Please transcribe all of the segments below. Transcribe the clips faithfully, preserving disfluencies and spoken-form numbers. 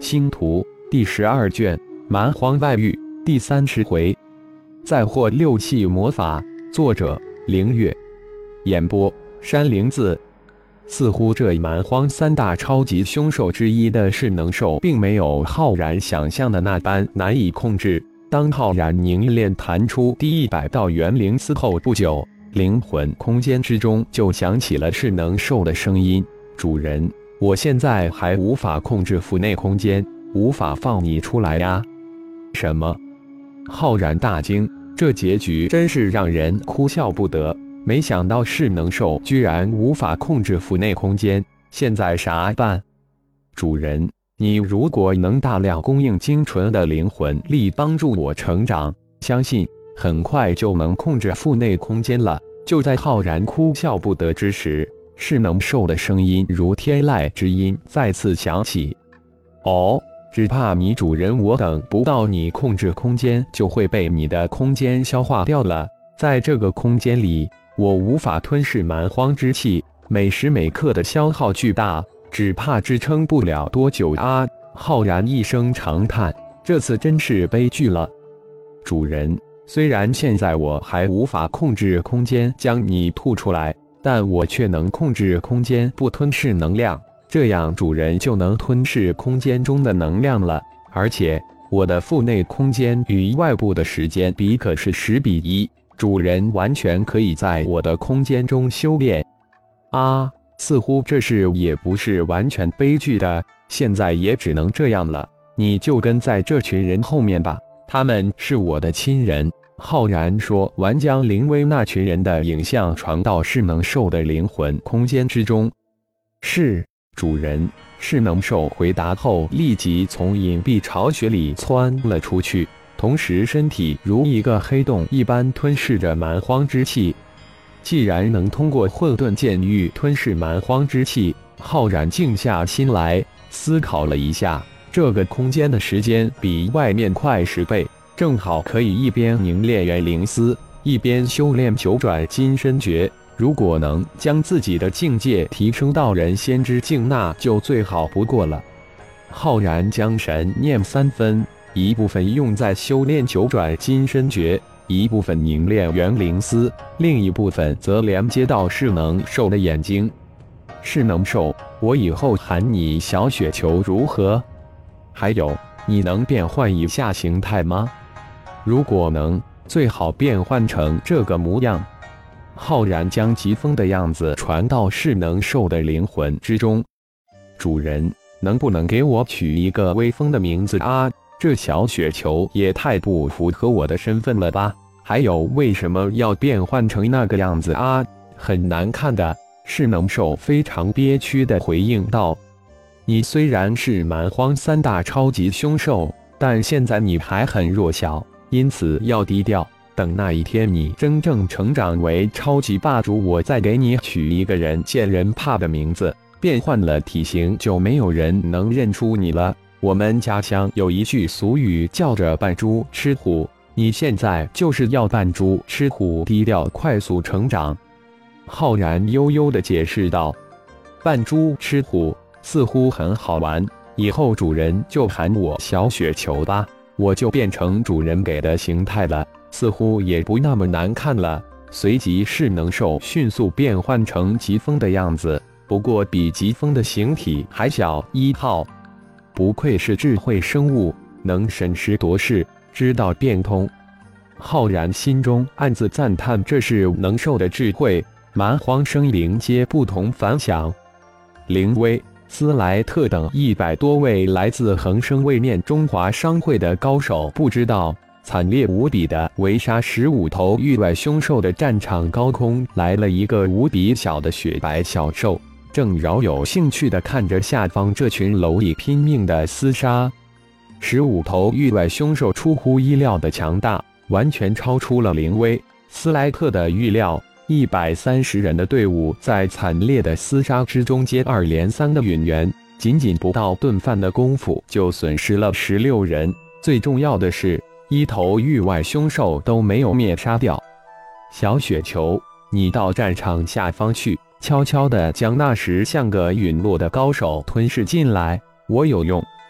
星图第十二卷蛮荒外域第三十回，再获六系魔法。作者：凌月，演播：山灵子。似乎这蛮荒三大超级凶兽之一的噬能兽，并没有浩然想象的那般难以控制。当浩然凝练弹出第一百道元灵丝后不久，灵魂空间之中就响起了噬能兽的声音：“主人，我现在还无法控制腹内空间，无法放你出来呀。”什么？浩然大惊，这结局真是让人哭笑不得。没想到噬能兽居然无法控制腹内空间，现在啥办？主人，你如果能大量供应精纯的灵魂力帮助我成长，相信很快就能控制腹内空间了。就在浩然哭笑不得之时，噬能兽的声音如天籁之音再次响起：“哦，只怕你主人我等不到你控制空间，就会被你的空间消化掉了。在这个空间里，我无法吞噬蛮荒之气，每时每刻的消耗巨大，只怕支撑不了多久啊！”浩然一声长叹，这次真是悲剧了。主人，虽然现在我还无法控制空间将你吐出来，但我却能控制空间不吞噬能量，这样主人就能吞噬空间中的能量了。而且我的腹内空间与外部的时间比可是十比一。主人完全可以在我的空间中修炼啊！似乎这事也不是完全悲剧的，现在也只能这样了。你就跟在这群人后面吧，他们是我的亲人。浩然说完，将灵威那群人的影像传到噬能兽的灵魂空间之中。是，主人。噬能兽回答后，立即从隐蔽巢穴里窜了出去。同时，身体如一个黑洞一般吞噬着蛮荒之气。既然能通过混沌剑域吞噬蛮荒之气，浩然静下心来思考了一下，这个空间的时间比外面快十倍，正好可以一边凝练元灵丝，一边修炼九转金身诀。如果能将自己的境界提升到人仙之境，那就最好不过了。浩然将神念三分。一部分用在修炼九转金身诀，一部分凝练元灵丝，另一部分则连接到噬能兽的眼睛。噬能兽，我以后喊你小雪球如何？还有，你能变换一下形态吗？如果能，最好变换成这个模样。浩然将疾风的样子传到噬能兽的灵魂之中。主人，能不能给我取一个威风的名字啊？这小雪球也太不符合我的身份了吧？还有，为什么要变换成那个样子啊？很难看的。噬能兽非常憋屈地回应道：“你虽然是蛮荒三大超级凶兽，但现在你还很弱小，因此要低调。等那一天你真正成长为超级霸主，我再给你取一个人见人怕的名字。变换了体型，就没有人能认出你了。我们家乡有一句俗语叫着扮猪吃虎，你现在就是要扮猪吃虎，低调快速成长。”浩然悠悠地解释道：“扮猪吃虎似乎很好玩，以后主人就喊我小雪球吧，我就变成主人给的形态了，似乎也不那么难看了。”随即噬能兽迅速变换成疾风的样子，不过比疾风的形体还小一号。不愧是智慧生物，能审时度势，知道变通。浩然心中暗自赞叹，这是能兽的智慧。蛮荒生灵皆不同凡响。灵威、斯莱特等一百多位来自恒生位面中华商会的高手，不知道惨烈无比的围杀十五头域外凶兽的战场高空来了一个无比小的雪白小兽，正饶有兴趣地看着下方这群蝼蚁拼命的厮杀。十五头域外凶兽出乎意料的强大，完全超出了灵威、斯莱特的预料。一百三十人的队伍在惨烈的厮杀之中接二连三的殒援，仅仅不到顿饭的功夫就损失了十六人。最重要的是，一头域外凶兽都没有灭杀掉。小雪球，你到战场下方去，悄悄地将那十像个陨落的高手吞噬进来，我有用。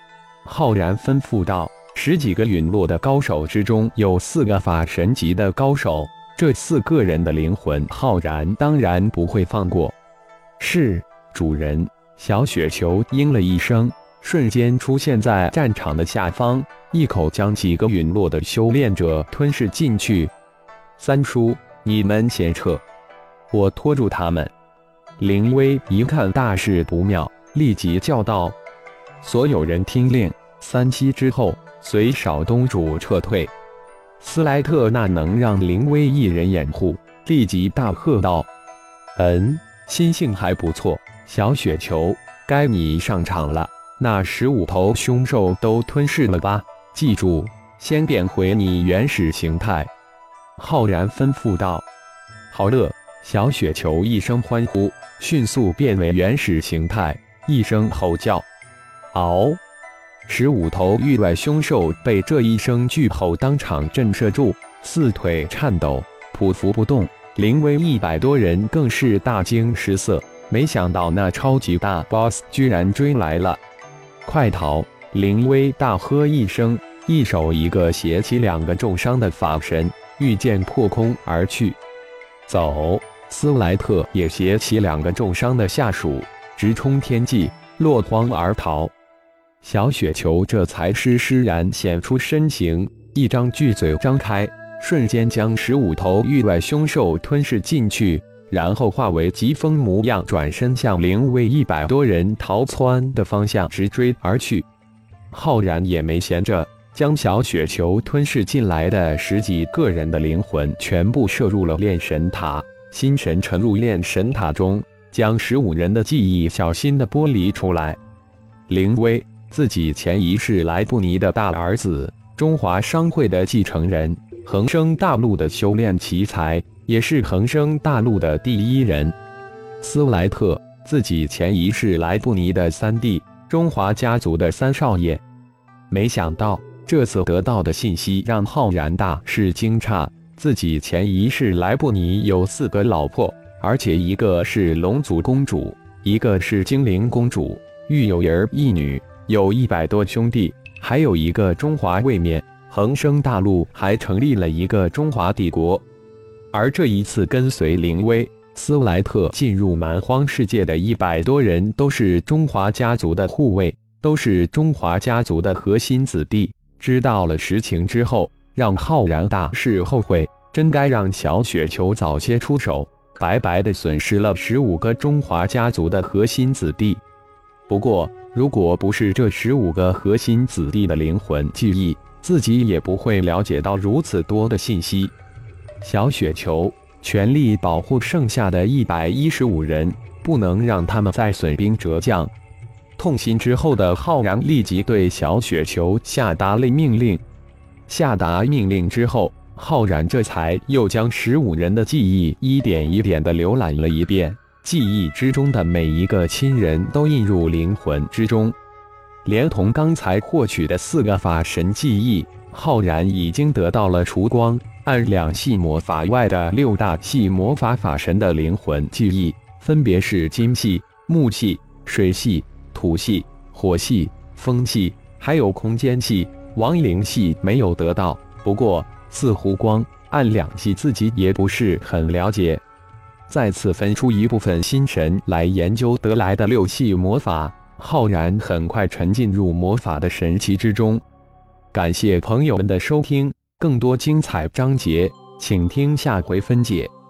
浩然吩咐道：“十几个陨落的高手之中，有四个法神级的高手，这四个人的灵魂，浩然当然不会放过。”是，主人。小雪球应了一声，瞬间出现在战场的下方，一口将几个陨落的修炼者吞噬进去。三叔，你们先撤，我拖住他们。灵威一看大事不妙，立即叫道：“所有人听令，三息之后，随少东主撤退。”斯莱特那能让灵威一人掩护，立即大喝道：“嗯，心性还不错。小雪球，该你上场了。那十五头凶兽都吞噬了吧？记住，先变回你原始形态。”浩然吩咐道。好了！小雪球一声欢呼，迅速变为原始形态，一声吼叫。嗷！十五头域外凶兽被这一声巨吼当场震慑住，四腿颤抖，匍匐不动。灵威一百多人更是大惊失色。没想到那超级大 boss 居然追来了！快逃！灵威大喝一声，一手一个携起两个重伤的法神，御剑破空而去。走！斯莱特也携起两个重伤的下属，直冲天际，落荒而逃。小雪球这才施施然显出身形，一张巨嘴张开，瞬间将十五头域外凶兽吞噬进去。然后化为疾风模样，转身向灵威一百多人逃窜的方向直追而去。浩然也没闲着，将小雪球吞噬进来的十几个人的灵魂全部射入了炼神塔，心神沉入炼神塔中，将十五人的记忆小心地剥离出来。灵威，自己前一世莱布尼的大儿子，中华商会的继承人，恒生大陆的修炼奇才，也是恒生大陆的第一人。斯莱特，自己前一世莱布尼的三弟，中华家族的三少爷。没想到这次得到的信息让浩然大是惊诧，自己前一世莱布尼有四个老婆，而且一个是龙族公主，一个是精灵公主，育有儿一女，有一百多兄弟，还有一个中华卫冕。恒生大陆还成立了一个中华帝国。而这一次跟随灵威、斯莱特进入蛮荒世界的一百多人，都是中华家族的护卫，都是中华家族的核心子弟。知道了实情之后，让浩然大是后悔，真该让小雪球早些出手，白白的损失了十五个中华家族的核心子弟。不过，如果不是这十五个核心子弟的灵魂记忆，自己也不会了解到如此多的信息。小雪球，全力保护剩下的一百一十五人，不能让他们再损兵折将。痛心之后的浩然立即对小雪球下达了命令。下达命令之后，浩然这才又将十五人的记忆一点一点地浏览了一遍，记忆之中的每一个亲人都印入灵魂之中，连同刚才获取的四个法神记忆，浩然已经得到了除光暗两系魔法外的六大系魔法法神的灵魂记忆，分别是金系、木系、水系、土系、火系、风系，还有空间系、亡灵系没有得到。不过似乎光暗两系自己也不是很了解，再次分出一部分心神来研究得来的六系魔法。浩然很快沉浸入魔法的神奇之中。感谢朋友们的收听，更多精彩章节，请听下回分解。